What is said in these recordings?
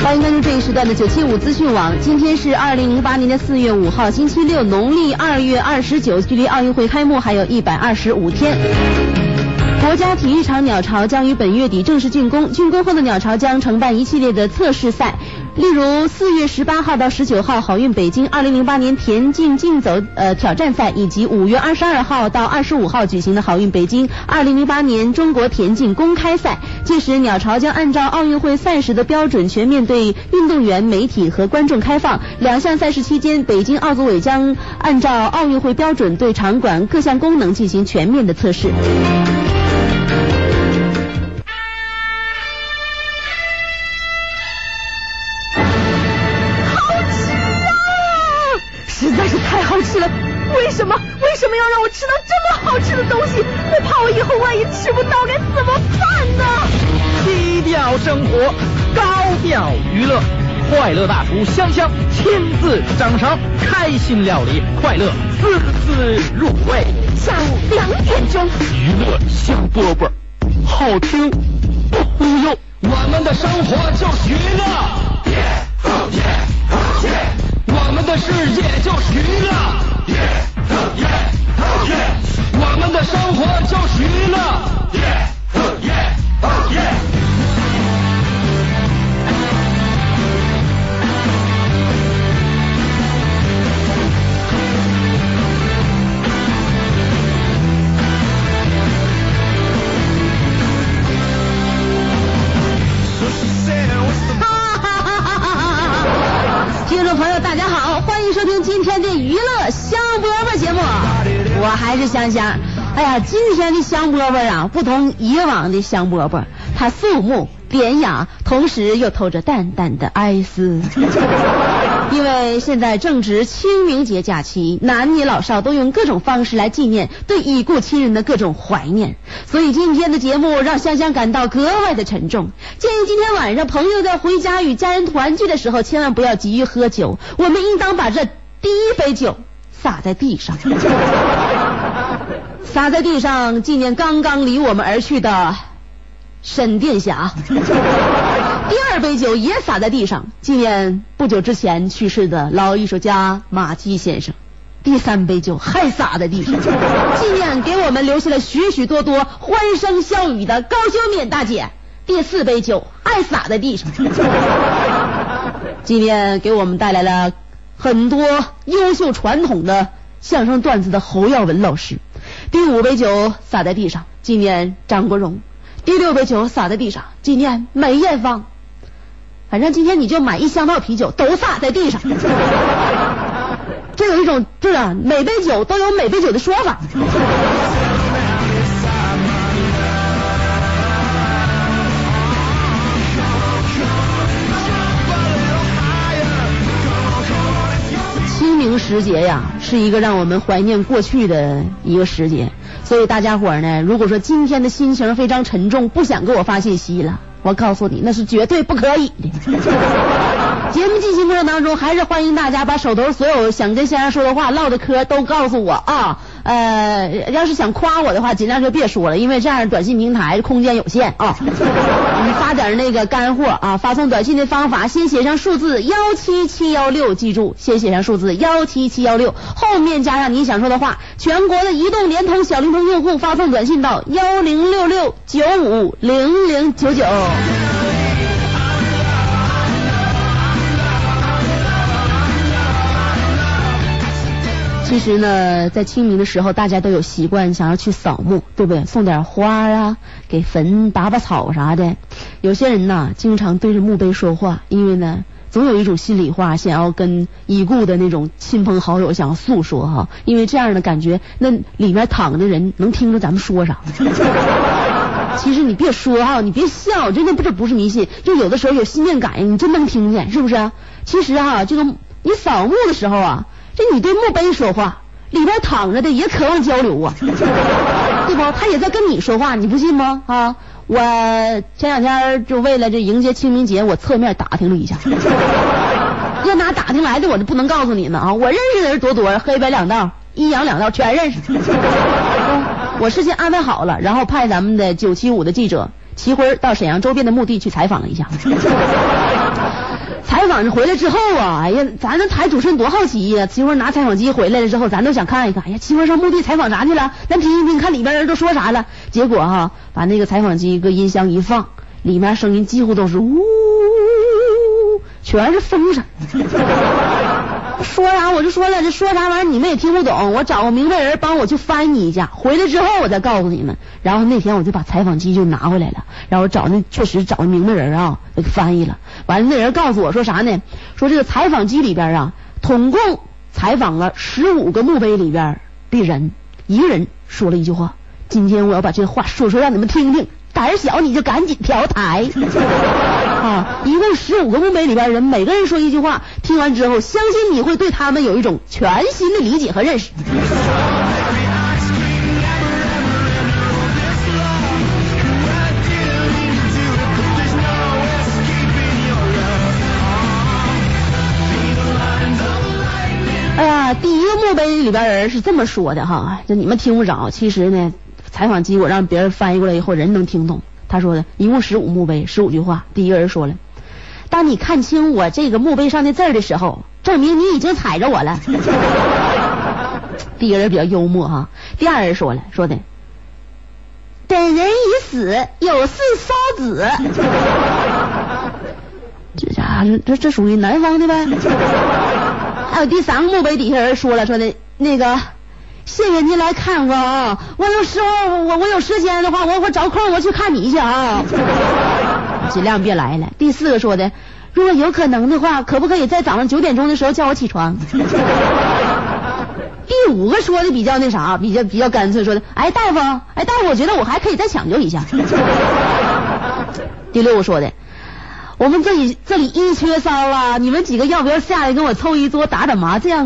欢迎关注这一时段的975资讯网。今天是2008年的4月5号，星期六，农历2月29，距离奥运会开幕还有125天。国家体育场鸟巢将于本月底正式竣工，竣工后的鸟巢将承办一系列的测试赛，例如4月18号到19号好运北京2008年田径竞走挑战赛，以及5月22号到25号举行的好运北京2008年中国田径公开赛。届时鸟巢将按照奥运会赛事的标准全面对运动员、媒体和观众开放。两项赛事期间，北京奥组委将按照奥运会标准对场馆各项功能进行全面的测试。 实在是太好吃了，为什么要让我吃到这么好吃的东西？我怕我以后万一吃不到该怎么办呢？ 低调生活，高调娱乐，快乐大厨香香亲自掌勺，开心料理，快乐丝丝入味。 下午2点钟， 娱乐香饽饽，好听不忽悠。我们的生活就是娱乐，我们的世界就是娱乐，我们的生活就是娱乐。 听众朋友大家好，欢迎收听今天的娱乐香饽饽节目，我还是香香。哎呀，今天的香饽饽啊，不同以往的香饽饽，它肃穆典雅，同时又透着淡淡的哀思。因为现在正值清明节假期，男女老少都用各种方式来纪念对已故亲人的各种怀念，所以今天的节目让香香感到格外的沉重。建议今天晚上朋友在回家与家人团聚的时候，千万不要急于喝酒，我们应当把这第一杯酒洒在地上，洒在地上纪念刚刚离我们而去的沈殿霞。第二杯酒也洒在地上，纪念不久之前去世的老艺术家马季先生。第三杯酒还洒在地上，纪念给我们留下了许许多多欢声笑语的高秀敏大姐。第四杯酒还洒在地上，纪念给我们带来了很多优秀传统的相声段子的侯耀文老师。第五杯酒洒在地上，纪念张国荣。第六杯酒洒在地上，纪念梅艳芳。反正今天你就买1箱套啤酒都洒在地上。这有一种每杯酒都有每杯酒的说法。清明时节呀，是一个让我们怀念过去的一个时节，所以大家伙呢，如果说今天的心情非常沉重，不想给我发信息了，我告诉你那是绝对不可以的。节目进行过程当中，还是欢迎大家把手头所有想跟先生说的话、唠的嗑都告诉我啊。要是想夸我的话，尽量就别说了，因为这样短信平台空间有限啊。你发点那个干货啊，发送短信的方法先写上数字17716，记住先写上数字17716，后面加上你想说的话。全国的移动、联通、小灵通用户发送短信到1066950099。其实呢，在清明的时候，大家都有习惯想要去扫墓，对不对？送点花啊，给坟打把草啥的。有些人呢，经常对着墓碑说话，因为呢，总有一种心里话想要跟已故的那种亲朋好友想要诉说哈，因为这样的感觉，那里面躺的人能听着咱们说啥。其实你别说啊，你别笑，真的这不是迷信，就有的时候有心电感应，你真能听见，是不是？其实啊，这个你扫墓的时候啊，这你对墓碑说话，里边躺着的也渴望交流啊，对不？他也在跟你说话，你不信吗？啊，我前两天就为了这迎接清明节，我侧面打听了一下，要哪打听来的我就不能告诉你们啊。我认识的人多，黑白两道、阴阳两道全认识。我事先安排好了，然后派咱们的975的记者齐辉到沈阳周边的墓地去采访了一下。 访回来之后啊，哎呀，咱那台主持人多好奇呀，齐慧拿采访机回来了之后，咱都想看一看，哎呀，齐慧上墓地采访啥去了？咱听一听，看里边人都说啥了。结果把那个采访机搁音箱一放，里面声音几乎都是呜，全是风声。说啥我就说了，这说啥玩意儿你们也听不懂，我找个明白人帮我去翻译一下，回来之后我再告诉你们。然后那天我就把采访机就拿回来了，然后确实找明白人给翻译了。完了那人告诉我说啥呢？说这个采访机里边统共采访了15个墓碑里边的人，一个人说了一句话，今天我要把这话说让你们听听，胆小你就赶紧调台。一共15个墓碑里边人，每个人说一句话，听完之后相信你会对他们有一种全新的理解和认识。哎呀，第一个墓碑里边人是这么说的就你们听不着，其实呢采访机我让别人翻译过来以后人能听懂。他说的一共15墓碑15句话。第一个人说了，当你看清我这个墓碑上的字的时候，证明你已经踩着我了。第一个人比较幽默第二人说的本人已死，有事烧子。这家伙这属于南方的呗。还有第3个墓碑底下人说的那个谢谢您来看我我有时候我有时间的话我找空我去看你去尽量别来了。第4个说的，如果有可能的话，可不可以在早上9点钟的时候叫我起床？第5个说的比较那啥，比较干脆，说的大夫我觉得我还可以再抢救一下。第6个说的，我们这里一缺骚你们几个要不要下来跟我凑一桌打麻将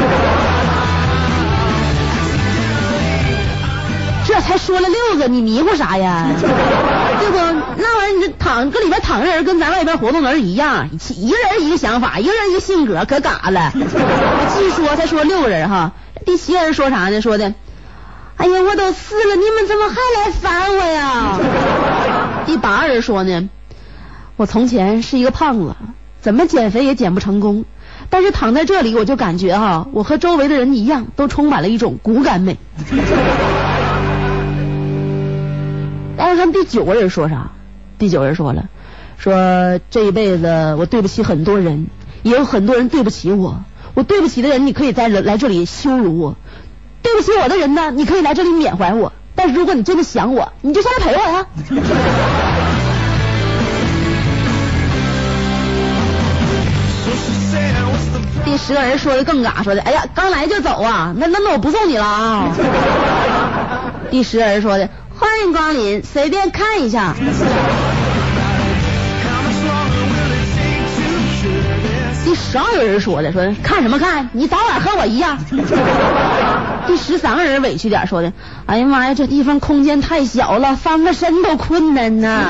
这才说了6个，你迷糊啥呀？对不？那玩意儿你这搁里边躺着人跟咱外边活动人一样，一个人一个想法，一个人一个性格，可嘎了。继续说，才说6个人第7个人说啥呢？说的，哎呀，我都死了，你们怎么还来烦我呀？第8个人说呢，我从前是一个胖子，怎么减肥也减不成功，但是躺在这里我就感觉我和周围的人一样，都充满了一种骨感美。大家看第9个人说啥？第9人说了，说这一辈子我对不起很多人，也有很多人对不起我。我对不起的人，你可以来这里羞辱我；对不起我的人呢，你可以来这里缅怀我。但是如果你真的想我，你就下来陪我呀。第10个人说的更嘎，说的，哎呀，刚来就走那我不送你了第10个人说的，欢迎光临，随便看一下。第12个人说的，说看什么看，你早晚和我一样。第13个人委屈点说的，哎呀妈呀，这地方空间太小了，翻个身都困难呐。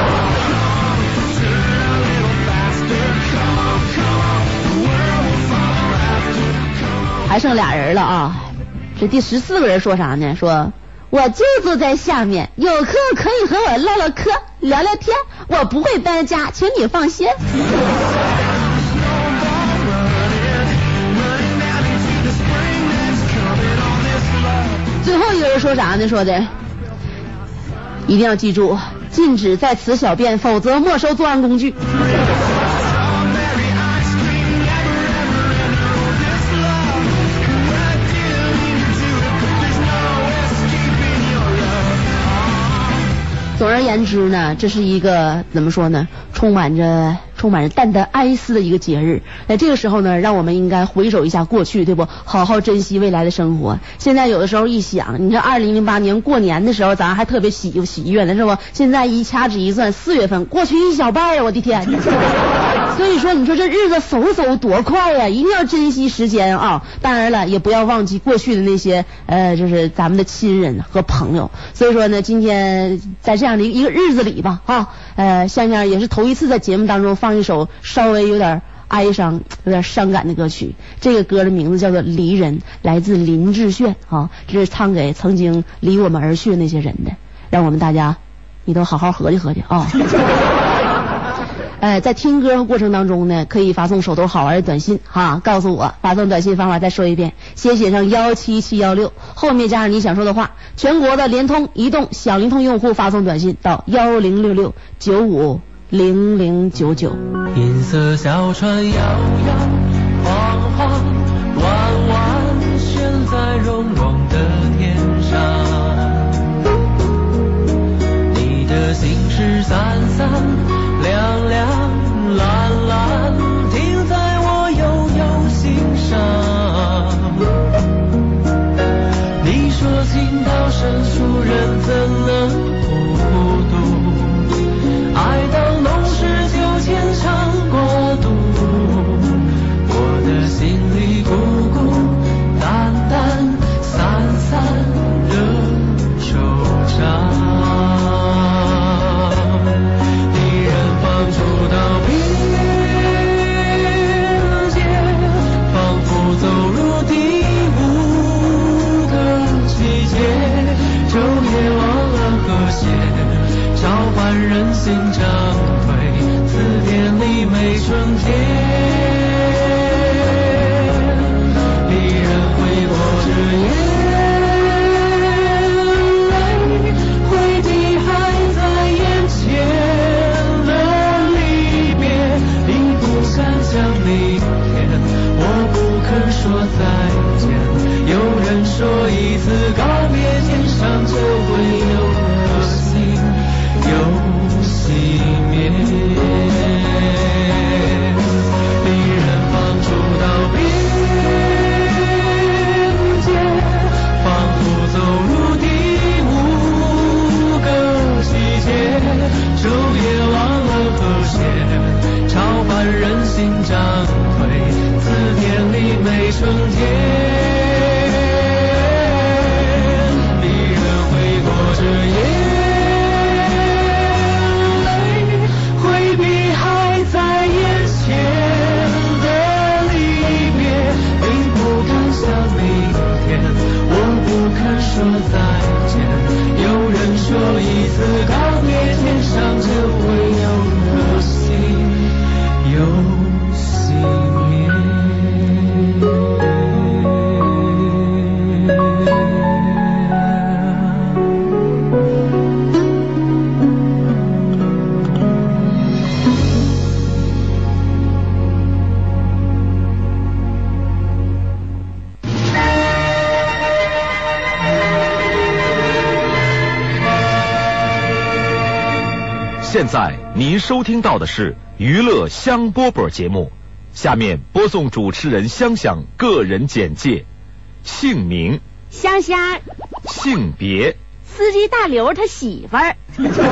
还剩俩人了这第14个人说啥呢？说我就坐在下面，有空可以和我唠唠嗑聊聊天，我不会搬家，请你放心。最后一个人说啥呢？说的一定要记住，禁止在此小便，否则没收作案工具。总而言之呢，这是一个怎么说呢，充满着淡淡哀思的一个节日。在这个时候呢，让我们应该回首一下过去，对不？好好珍惜未来的生活。现在有的时候一想，你这2008年过年的时候，咱还特别喜悦呢，是不？现在一掐指一算，4月份过去一小半我的天！所以说，你说这日子嗖多快呀！一定要珍惜时间当然了，也不要忘记过去的那些就是咱们的亲人和朋友。所以说呢，今天在这样的一个日子里吧香香也是头一次在节目当中放一首稍微有点哀伤、有点伤感的歌曲。这个歌的名字叫做《离人》，来自林志炫这是唱给曾经离我们而去的那些人的。让我们大家你都好好合计合计在听歌过程当中呢，可以发送手头好玩的短信哈，告诉我发送短信方法再说一遍，先写上17716，后面加上你想说的话。全国的联通、移动、小灵通用户发送短信到1066950099。 银色小船摇摇晃晃，弯弯悬在绒绒的天上，你的心事散散亮亮蓝蓝，停在我悠悠心上。你说情到深处人怎能糊涂，爱到浓时就牵肠过肚，我的心里孤孤单单散散的惆怅。一人放逐到边界，仿佛走入第五个季节，昼夜忘了和谐，召唤人心涨退，字典里没春天。离人回过这眼泪，回避还在眼前的离别，并不敢想明天，我不肯说再见。有人说一次告别，天上就会有颗星又熄灭。离人放逐到边界，仿佛走入第五个季节，昼夜忘了和谐，召唤人心涨退，字典里没春天。这眼泪回避还在眼前的离别，并不敢想明天，我不肯说再见。有人说一次告别，天上就会有颗星又熄灭。 现在您收听到的是娱乐香饽饽节目，下面播送主持人香香个人简介：姓名香香， 性别司机大刘他媳妇儿，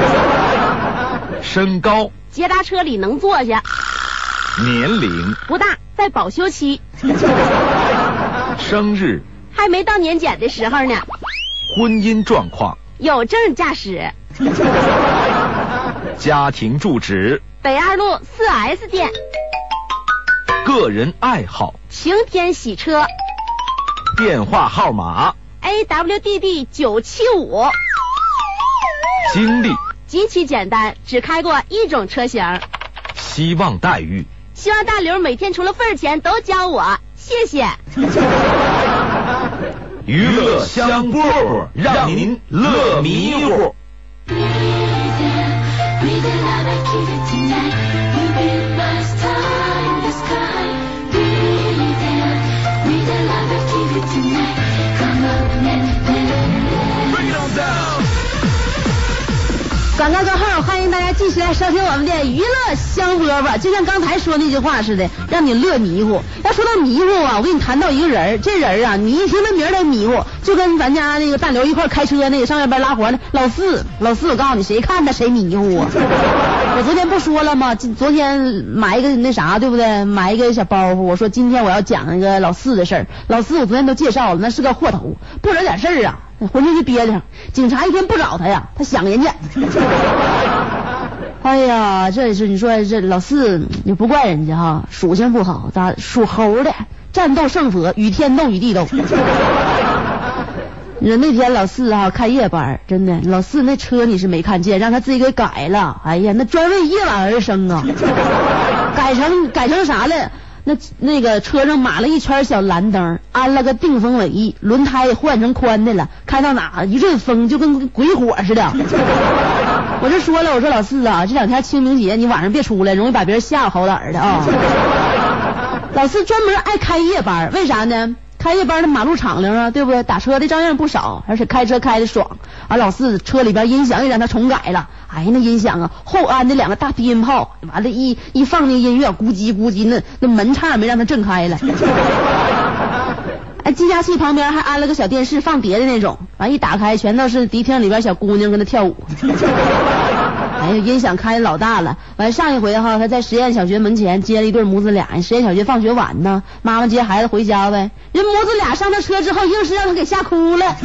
身高捷达车里能坐下， 年龄不大，在保修期， 生日还没到年检的时候呢， 婚姻状况有证驾驶， 家庭住址北二路 4S 店， 个人爱好晴天洗车， 电话号码 AWDD 975， 经历极其简单，只开过一种车型， 希望待遇希望大刘每天除了份钱都教我，谢谢。 娱乐香饽饽，让您乐迷糊。 广告过后，欢迎大家继续来收听我们的娱乐香饽饽。就像刚才说那句话似的，让你乐迷糊。要说到迷糊啊，我给你谈到一个人，这人啊，你一听这名都迷糊，就跟咱家那个大刘一块开车那个上下班拉活的老四，我告诉你，谁看他谁迷糊啊。我昨天不说了吗？昨天买一个那啥，对不对？买一个小包袱，我说今天我要讲那个老四的事儿。老四我昨天都介绍了，那是个货头，不惹点事儿啊，浑身就憋着。警察一天不找他呀，他想人家。哎呀，这是你说这老四也不怪人家哈，属性不好，咋属猴的，战斗胜佛，与天斗与地斗。 你说那天老四啊开夜班，真的老四那车你是没看见，让他自己给改了。哎呀，那专为夜晚而生啊，改成啥了？那个车上码了一圈小蓝灯，安了个定风尾，轮胎换成宽的了，开到哪一阵风就跟鬼火似的。我就说了，我说老四啊，这2天清明节你晚上别出来，容易把别人吓好胆的啊。老四专门爱开夜班，为啥呢？开夜班的马路敞亮啊，对不对？打车的照样不少，而且开车开的爽。老四车里边音响也让他重改了，哎呀，那音响啊，后安的2个大低音炮，完了一放那音乐，咕叽咕叽，那门差点没让他震开了。计价器旁边还安了个小电视，放碟的那种，完一打开全都是迪厅里边小姑娘跟他跳舞。哎呀，音响开的老大了。完上一回哈，他在实验小学门前接了一对母子俩，实验小学放学晚呢，妈妈接孩子回家呗，人母子俩上他车之后，硬是让他给吓哭了。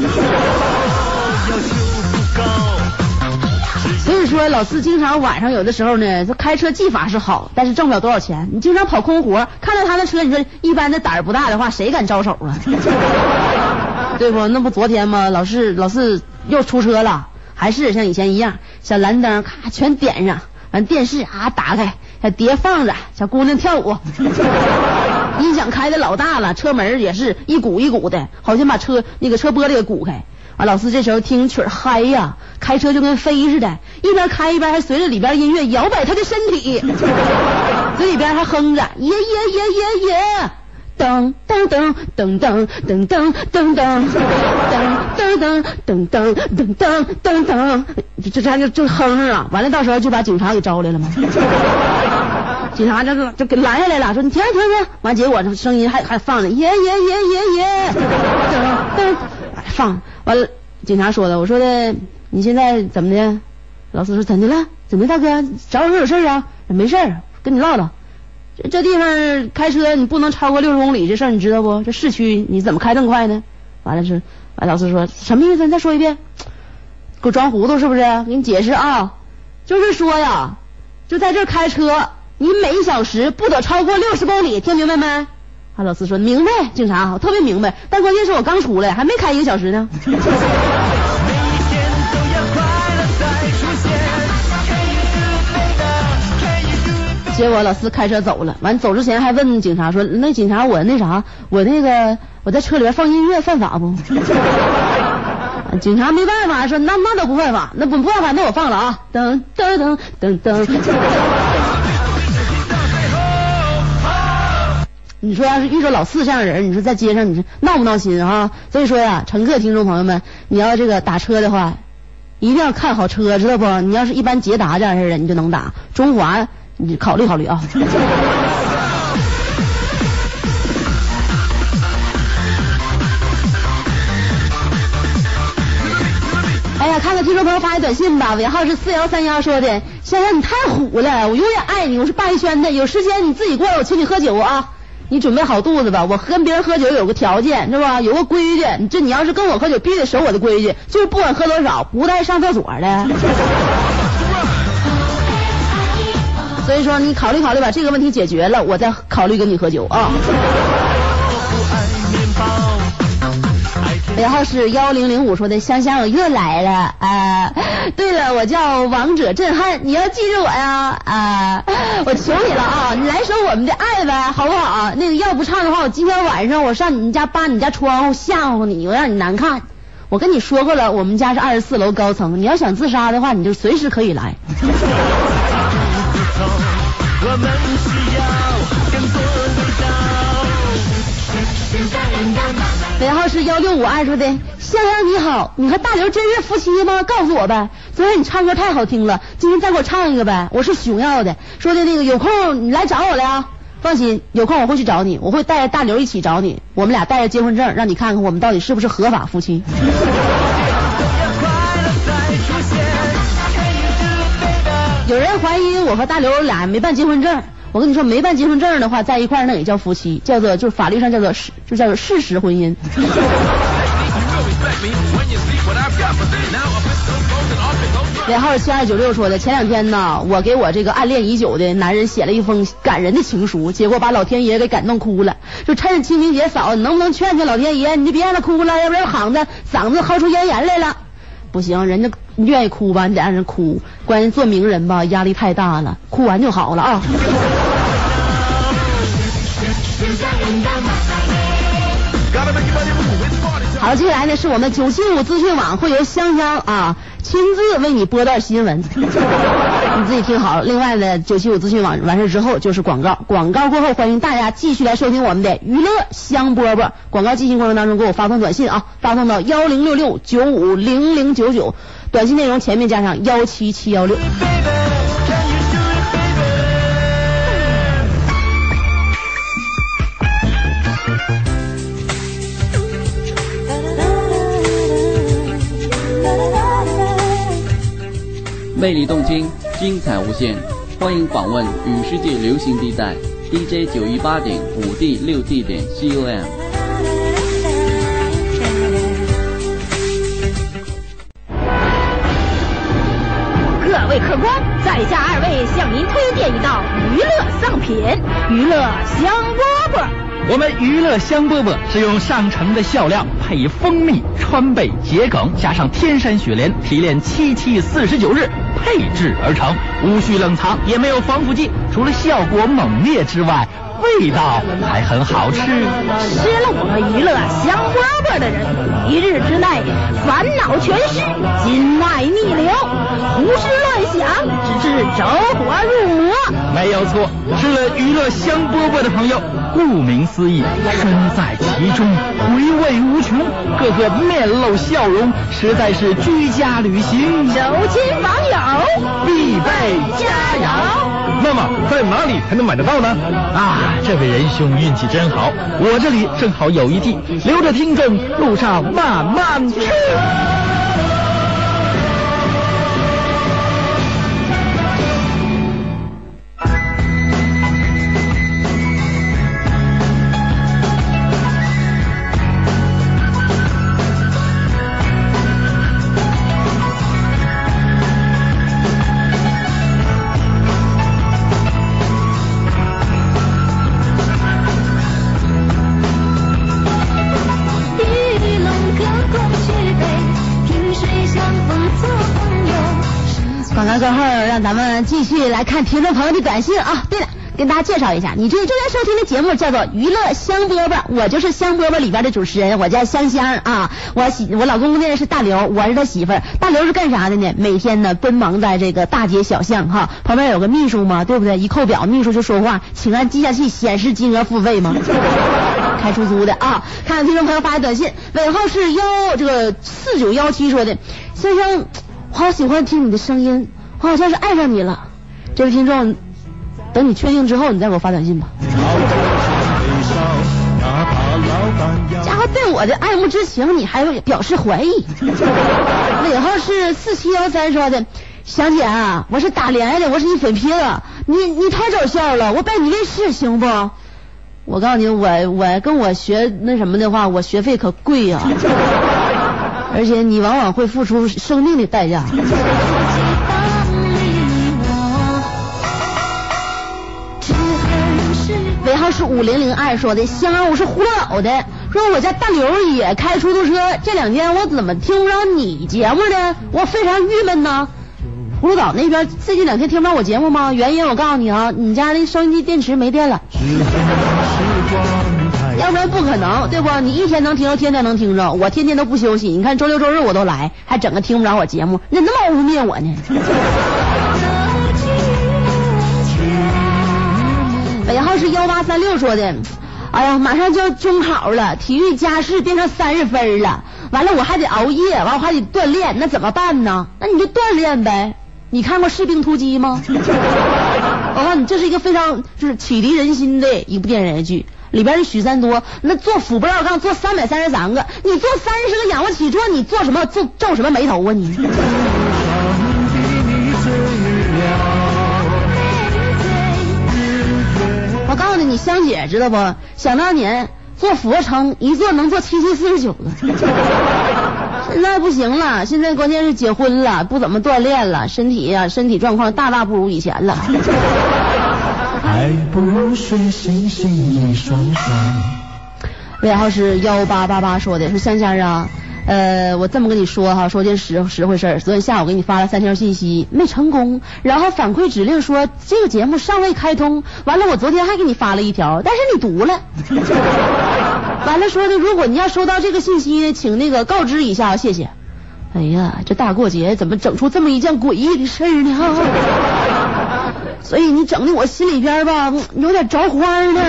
所以说老四经常晚上有的时候呢，他开车技法是好，但是挣不了多少钱。你经常跑空活，看到他的车，你说一般的胆儿不大的话，谁敢招手啊？对不？那不昨天吗？老四又出车了，还是像以前一样，小蓝灯咔全点上，完电视啊打开，小碟放着，小姑娘跳舞，音响开的老大了，车门也是一鼓一鼓的，好像把车玻璃给鼓开。完老四这时候听曲儿嗨呀，开车就跟飞似的，一边开一边还随着里边音乐摇摆他的身体，嘴里边还哼着耶耶耶耶耶，噔噔噔噔噔噔噔噔噔噔噔噔噔噔噔噔噔，这哼啊！完了到时候就把警察给招来了嘛。警察就给拦下来了，说你停停停。完结果这声音还放着耶耶耶耶耶，噔噔放。完了警察说的，我说的你现在怎么的？老四说怎的了？怎么大哥找我有事啊？没事儿，跟你唠唠。这地方开车你不能超过60公里，这事儿你知道不？这市区你怎么开这么快呢？完了老四说什么意思？你再说一遍。给我装糊涂是不是？给你解释啊，就是说呀，就在这开车，你每1小时不得超过60公里，听明白没？老四说明白，警察，我特别明白，但关键是我刚出来，还没开1个小时呢。结果老四开车走了，完走之前还问警察说，那警察我在车里边放音乐犯法不？警察没办法说那都不犯法，那不犯法，那我放了啊，噔噔噔噔噔。你说要是遇着老四这样的人，你说在街上你说闹不闹心啊？所以说呀，乘客听众朋友们，你要这个打车的话，一定要看好车，知道不？你要是一般捷达这样式的，你就能打。中华你考虑考虑啊。哎呀，看看听众朋友发的短信吧，尾号是4131，说的香香你太虎了，我永远爱你，我是八一圈的，有时间你自己过来，我请你喝酒啊。你准备好肚子吧，我跟别人喝酒有个条件是吧？有个规矩，你要是跟我喝酒必须得守我的规矩，就是不管喝多少不带上厕所的。所以说你考虑考虑把这个问题解决了，我再考虑跟你喝酒啊。尾号是1005，说的香香我又来了啊！对了，我叫王者震撼，你要记住我呀啊！我求你了啊，你来首我们的爱呗，好不好？那个要不唱的话，我今天晚上我上你家扒你家窗户吓唬你，我让你难看。我跟你说过了，我们家是24楼高层，你要想自杀的话，你就随时可以来。我们需要更多味道。尾号是1652，说的香香你好，你和大刘真是夫妻吗？告诉我呗。昨天你唱歌太好听了，今天再给我唱一个呗。我是熊耀的，说的那个有空你来找我来啊。放心，有空我会去找你，我会带着大刘一起找你，我们俩带着结婚证，让你看看我们到底是不是合法夫妻。有人怀疑我和大刘俩没办结婚证，我跟你说，没办结婚证的话，在一块儿那也叫夫妻，就是法律上叫做事实婚姻。 尾号7296说的，前2天呢，我给我这个暗恋已久的男人写了一封感人的情书，结果把老天爷给感动哭了。就趁着清明节嫂，你能不能劝劝老天爷，你就别让他哭了，要不然嗓子嚎出咽炎来了。不行，人家愿意哭吧，你得让人哭。关键做名人吧，压力太大了，哭完就好了啊。好，接下来呢是我们975资讯网会由香香啊亲自为你播段新闻，你自己听好。另外呢，975资讯网完事之后就是广告，广告过后欢迎大家继续来收听我们的娱乐香饽饽。广告进行过程当中给我发送短信啊，发送到1066950099，短信内容前面加上17716。 魅力动听，精彩无限，欢迎访问与世界流行地带 DJ918.5D6D.com。 各位客官，在下2位向您推荐一道娱乐上品——娱乐香饽饽。 我们娱乐香饽饽是用上乘的笑料配以蜂蜜、川贝、桔梗，加上天山雪莲提炼749日配制而成，无需冷藏，也没有防腐剂，除了效果猛烈之外，味道还很好吃。 吃了我们娱乐香饽饽的人，1日之内烦恼全失，筋脉逆流，胡思乱想，直至走火入魔。 没有错，吃了娱乐香饽饽的朋友，顾名思义，身在其中，回味无穷，个个面露笑容，实在是居家旅行走亲访友必备佳肴。那么在哪里才能买得到呢？啊，这位仁兄运气真好，我这里正好有一屉，留着听众路上慢慢吃。 过后让咱们继续来看听众朋友的短信啊。对了，跟大家介绍一下，你正在收听的节目叫做娱乐香饽饽，我就是香饽饽里边的主持人，我叫香香啊。我老公呢是大刘，我是他媳妇儿。大刘是干啥的呢？每天呢奔忙在这个大街小巷哈，旁边有个秘书嘛，对不对？一扣表，秘书就说话，请按计价器显示金额付费吗？开出租的啊。看到听众朋友发的短信，尾号是4917说的，香香，我好喜欢听你的声音，我好像是爱上你了。这位听众，等你确定之后你再给我发短信吧。家伙对我的爱慕之情你还表示怀疑。尾号是4713说的，香姐啊，我是打联的，我是你粉皮子，你太搞笑了，我拜你为师行不？我告诉你，我跟我学那什么的话，我学费可贵呀，而且你往往会付出生命的代价。尾号是5002说的，香儿，我是葫芦岛的，说我家大刘也开出租车，这2天我怎么听不着你节目呢？我非常郁闷呢。葫芦岛那边最近2天听不着我节目吗？原因我告诉你啊，你家的收音机电池没电了，要不然不可能，对不？你一天能听着，天天能听着，我天天都不休息，你看周六周日我都来，还整个听不着我节目，你怎么那么污蔑我呢？尾号是1836说的，哎呀，马上就要中考了，体育加试变成30分了，完了我还得熬夜，完了我还得锻炼，那怎么办呢？那你就锻炼呗。你看过《士兵突击》吗？我告诉你，这是一个非常就是启迪人心的一部电视剧，里边的许三多那做俯卧杠做333个，你做30个仰卧起坐，你做什么皱什么眉头啊你？我告诉你，香姐知道不？想当年做俯卧撑一做能做7749个。 现在不行了，现在关键是结婚了，不怎么锻炼了，身体状况大不如以前了。 还不如学星星一双双。 尾号是1888说的，说香香啊，我这么跟你说哈，说件实回事儿。昨天下午给你发了3条信息，没成功，然后反馈指令说这个节目尚未开通。完了，我昨天还给你发了1条，但是你读了。完了说的，如果你要收到这个信息呢，请那个告知一下，谢谢。哎呀，这大过节怎么整出这么一件诡异的事儿呢？所以你整的我心里边吧，有点着花呢。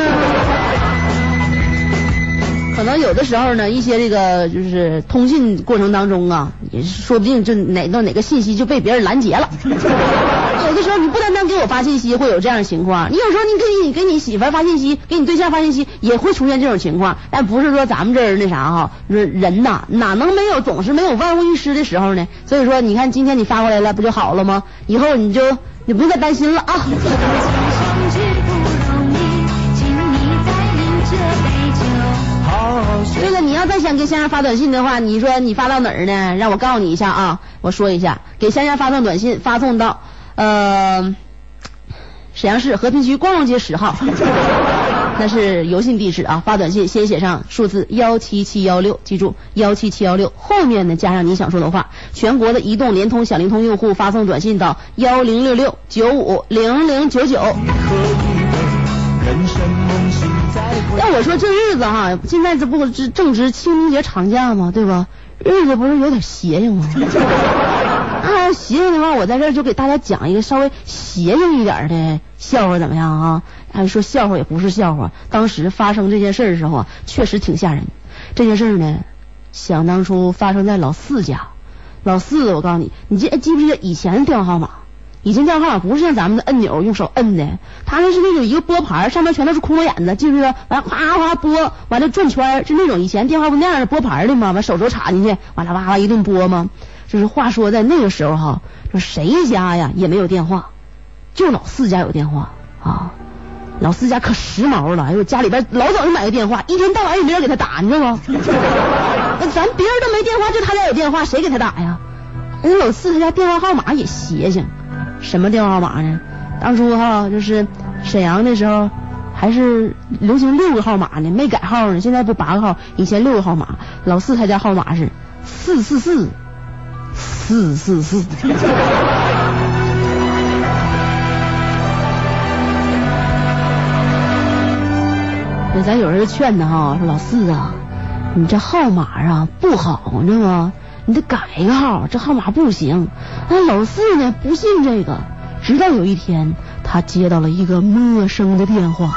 可能有的时候呢，一些这个就是通信过程当中啊，也是说不定就哪个信息就被别人拦截了。有的时候你不单单给我发信息会有这样的情况，你有时候你给你媳妇发信息，给你对象发信息也会出现这种情况。但不是说咱们这儿那啥哈，人呐哪能没有总是没有万无一失的时候呢？所以说你看今天你发过来了不就好了吗？以后你不用再担心了啊。对了，你要再想给香香发短信的话，你说你发到哪儿呢？让我告诉你一下啊，我说一下，给香香发送短信，发送到沈阳市和平区光荣街10号，那是邮信地址啊。发短信先写上数字17716，记住17716，后面呢加上你想说的话。全国的移动、联通、小灵通用户发送短信到1066950099。要我说这日子哈，现在这不正值清明节长假吗？对吧？日子不是有点邪性吗？啊，邪性的话，我在这儿就给大家讲一个稍微邪性一点的笑话，怎么样啊？还说笑话也不是笑话，当时发生这件事的时候啊，确实挺吓人。这件事呢，想当初发生在老四家。老四，我告诉你，你记不记得以前的电话号码？以前电话号码不是像咱们的按钮用手摁的，它那是那种一个拨盘，上面全都是窟窿眼子，记不记得？完哗哗拨，完了转圈，是那种以前电话不那样的拨盘的吗？完手插进去，完了哇哇一顿拨吗？就是话说在那个时候哈，就谁家呀也没有电话，就老四家有电话啊。老四家可时髦了，哎呦，家里边老早就买个电话，一天到晚也没人给他打，你知道吗？咱别人都没电话，就他家有电话，谁给他打呀？老四他家电话号码也邪性。什么电话号码呢？当初哈就是沈阳那时候还是流行6个号码呢，没改号呢，现在不8个号，以前6个号码。老四他家号码是444。那咱有人劝他哈，说老四啊，你这号码啊不好，你知道吗？你得改一个号，这号码不行。老四呢不信这个，直到有一天他接到了一个陌生的电话，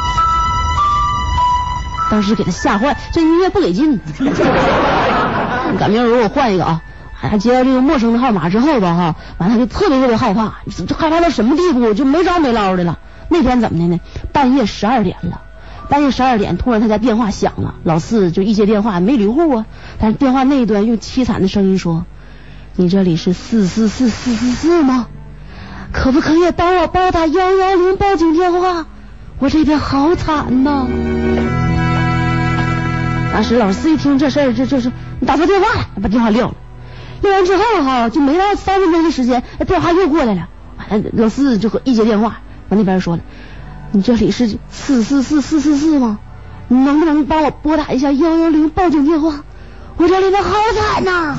当时给他吓坏，这音乐不给劲。赶明儿如果换一个啊，还接到这个陌生的号码之后吧哈，完了他就特别害怕，这害怕到什么地步，就没着没落的了。那天怎么的呢？半夜12点了。半夜12点，突然他家电话响了，老四就一接电话，没留户啊。但是电话那一端用凄惨的声音说：“你这里是444吗？可不可以帮我拨打110报警电话？我这边好惨呐！”当时老四一听这事儿，这就是你打错电话了，把电话撂了。撂完之后哈，就没到3分钟的时间，电话又过来了。完了，老四就一接电话，完那边说了。你这里是444吗？你能不能帮我拨打一下110报警电话？我这里边好惨呐！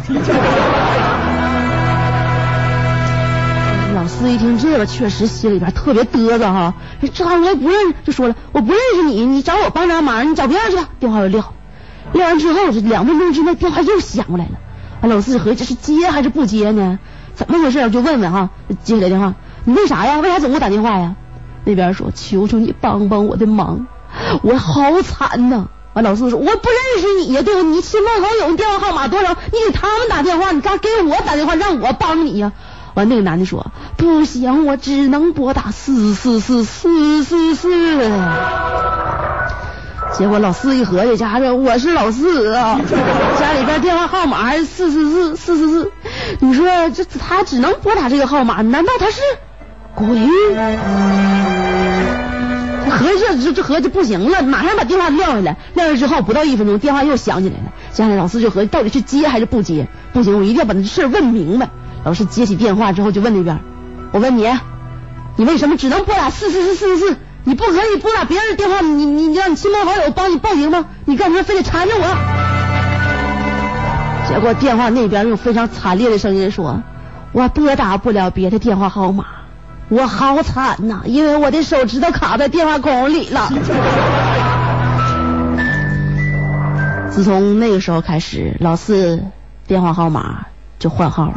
老四一听这个，确实心里边特别嘚瑟哈。这我也不认识，就说了我不认识你，你找我帮啥忙？你找别人去吧。电话又撂，撂完之后这2分钟之内电话又响过来了。老四合计这是接还是不接呢？怎么回事？就问问哈，接起来电话，你为啥呀？为啥总给我打电话呀？那边说求求你帮帮我的忙，我好惨呐！完老四说我不认识你呀，对吧？你亲朋好友你电话号码多少？你给他们打电话，你干给我打电话让我帮你呀？完那个男的说不行，我只能拨打444。结果老四一合计，家伙我是老四啊，家里边电话号码还是444，你说这他只能拨打这个号码，难道他是鬼？ 合计这合计不行了，马上把电话撂下来。撂下之后不到1分钟，电话又响起来了。想想老四就合计到底是接还是不接？不行，我一定要把这事问明白。老师接起电话之后就问那边，我问你为什么只能拨打44444？你不可以拨打别人的电话，你让你亲朋好友帮你报警吗？你干什么非得缠着我？结果电话那边用非常惨烈的声音说，我拨打不了别的电话号码，我好惨呐，因为我的手指头卡在电话孔里了。自从那个时候开始，老四电话号码就换号了。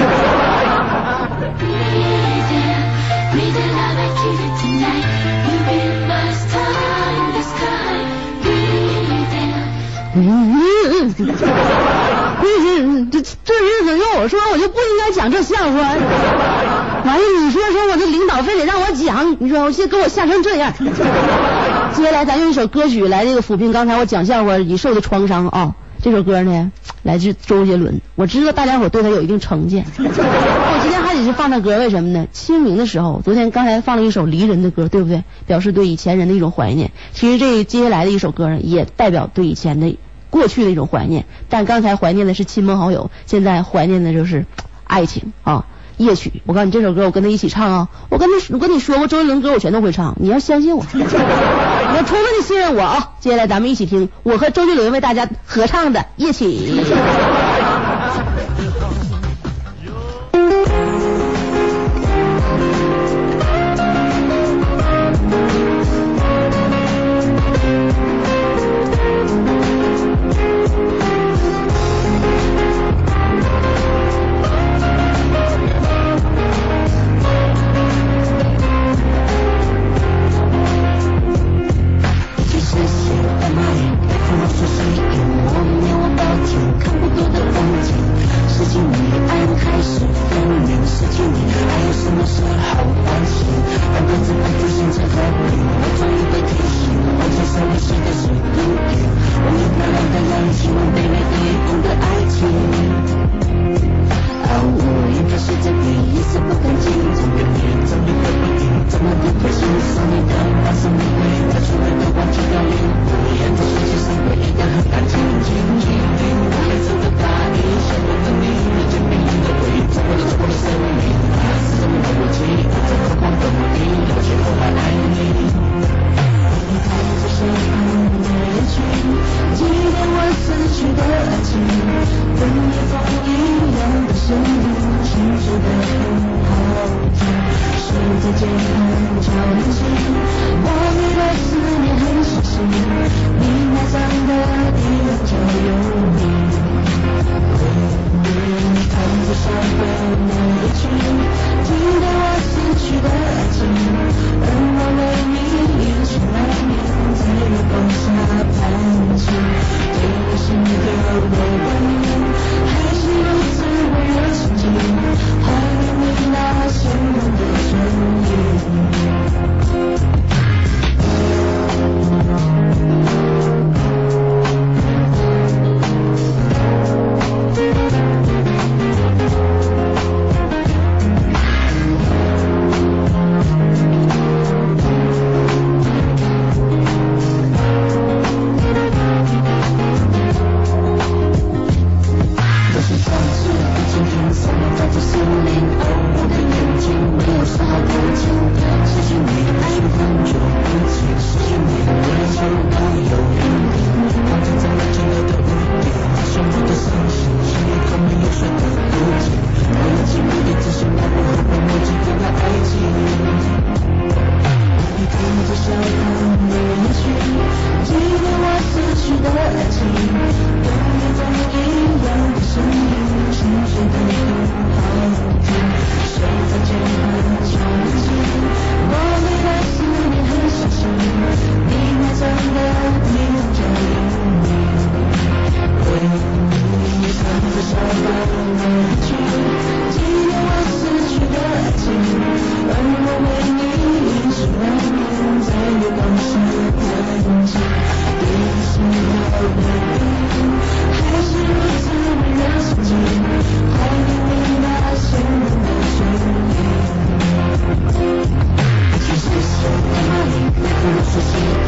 这日子用我说我就不应该讲这笑话。完了，你说我这领导非得让我讲，你说我现在给我吓成这样。接下来咱用一首歌曲来这个抚平刚才我讲笑话已受的创伤啊。这首歌呢来自周杰伦，我知道大家伙对他有一定成见。我今天还得是放他歌，为什么呢？清明的时候，昨天刚才放了一首离人的歌，对不对？表示对以前人的一种怀念。其实这接下来的一首歌呢，也代表对以前的过去的一种怀念。但刚才怀念的是亲朋好友，现在怀念的就是爱情啊。夜曲，我告诉你这首歌我跟他一起唱啊，我跟你说过周杰伦歌我全都会唱，你要相信我，你要充分的信任我啊。接下来咱们一起听我和周杰伦为大家合唱的夜曲。 世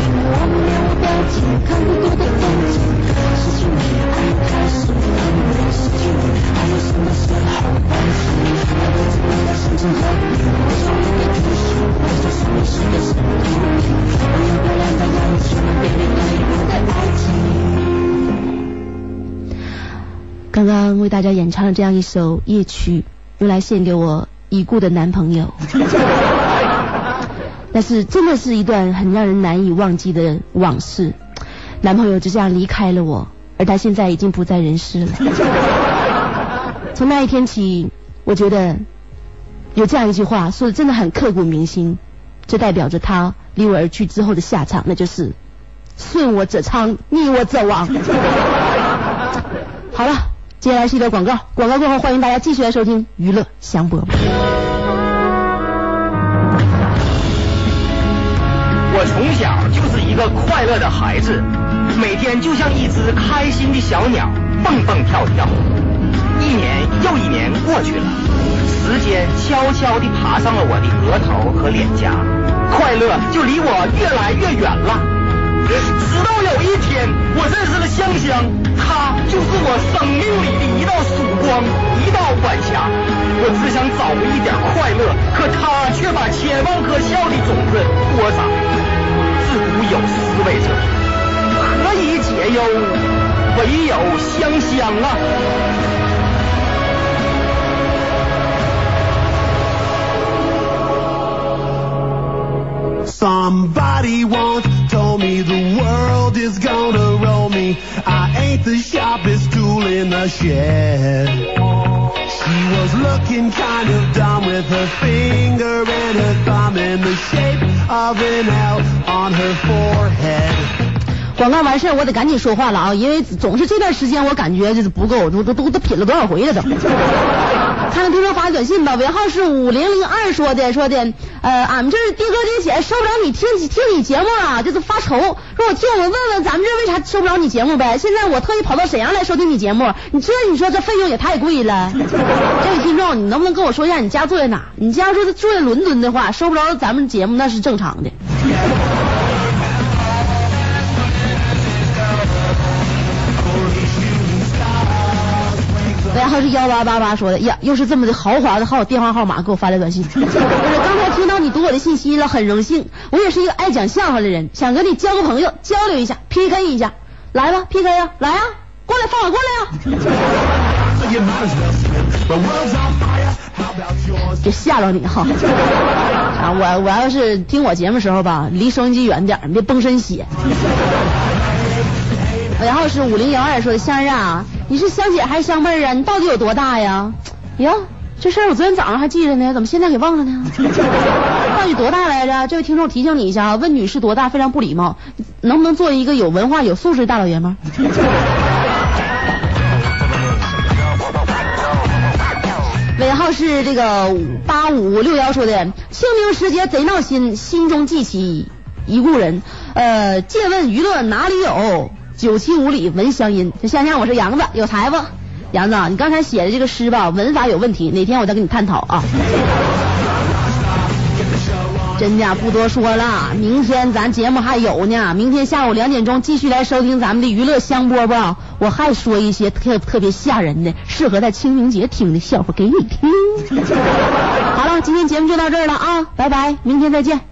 我面无表情，看不多的风景，失去你爱太舒服，失去你还有什么时候放弃？我不知道心情和你，我说一个故事，我就是你是个什么土地，我要不然的样子，别人对我的爱情。 刚刚为大家演唱了这样一首夜曲，用来献给我已故的男朋友。但是真的是一段很让人难以忘记的往事，男朋友就这样离开了我，而他现在已经不在人世了。从那一天起，我觉得有这样一句话说的真的很刻骨铭心，这代表着他离我而去之后的下场，那就是顺我者昌，逆我者亡。好了，接下来是一段广告，广告过后欢迎大家继续来收听娱乐香饽饽。 我从小就是一个快乐的孩子，每天就像一只开心的小鸟，蹦蹦跳跳。一年又一年过去了，时间悄悄地爬上了我的额头和脸颊，快乐就离我越来越远了。直到有一天，我认识了香香，她就是我生命里的一道曙光，一道晚霞。我只想找回一点快乐，可她却把千万颗笑的种子播撒。自古有思维者，何以解忧？唯有香香啊！ Somebody once told me the world is gonna roll me. I ain't the sharpest tool in the shed. She was looking kind of dumb with her finger and her thumb in the shape of an L on her forehead. 广告完事儿，我得赶紧说话了啊，因为总是这段时间我感觉就是不够，都品了多少回了都。看看听众发短信吧，尾号是5002说的，俺们这是的哥的姐受不了你听你节目啊，就是发愁，说我听我们问问咱们这为啥受不了你节目呗？现在我特意跑到沈阳来收听你节目，你说这费用也太贵了。这位听众，你能不能跟我说一下你家住在哪？你家说住在伦敦的话，收不着咱们节目那是正常的。尾号是1888说的呀，又是这么的豪华的电话号码给我发来短信。我说刚才听到你读我的信息了，很荣幸，我也是一个爱讲笑话的人，想跟你交个朋友，交流一下 PK 一下，来吧 PK 啊，来啊，过来放我过来啊，就吓着你哈。啊，我要是听我节目时候吧，离收音机远点，别崩身血。尾号是5012说的，香儿啊，你是香姐还是香妹儿啊？你到底有多大呀？呀，这事儿我昨天早上还记着呢，怎么现在给忘了呢？到底多大来着？这位听众提醒你一下啊，问女士多大非常不礼貌，能不能做一个有文化有素质的大老爷们儿？尾号是这个8561说的，清明时节贼闹心，心中记起一故人，借问娱乐哪里有？9750里闻乡音。香香，我是杨子，有才不？杨子，你刚才写的这个诗吧，文法有问题，哪天我再跟你探讨啊。真的不多说了，明天咱节目还有呢，明天下午2点钟继续来收听咱们的娱乐香饽饽，我还说一些特别吓人的，适合在清明节听的笑话给你听。好了，今天节目就到这儿了啊，拜拜，明天再见。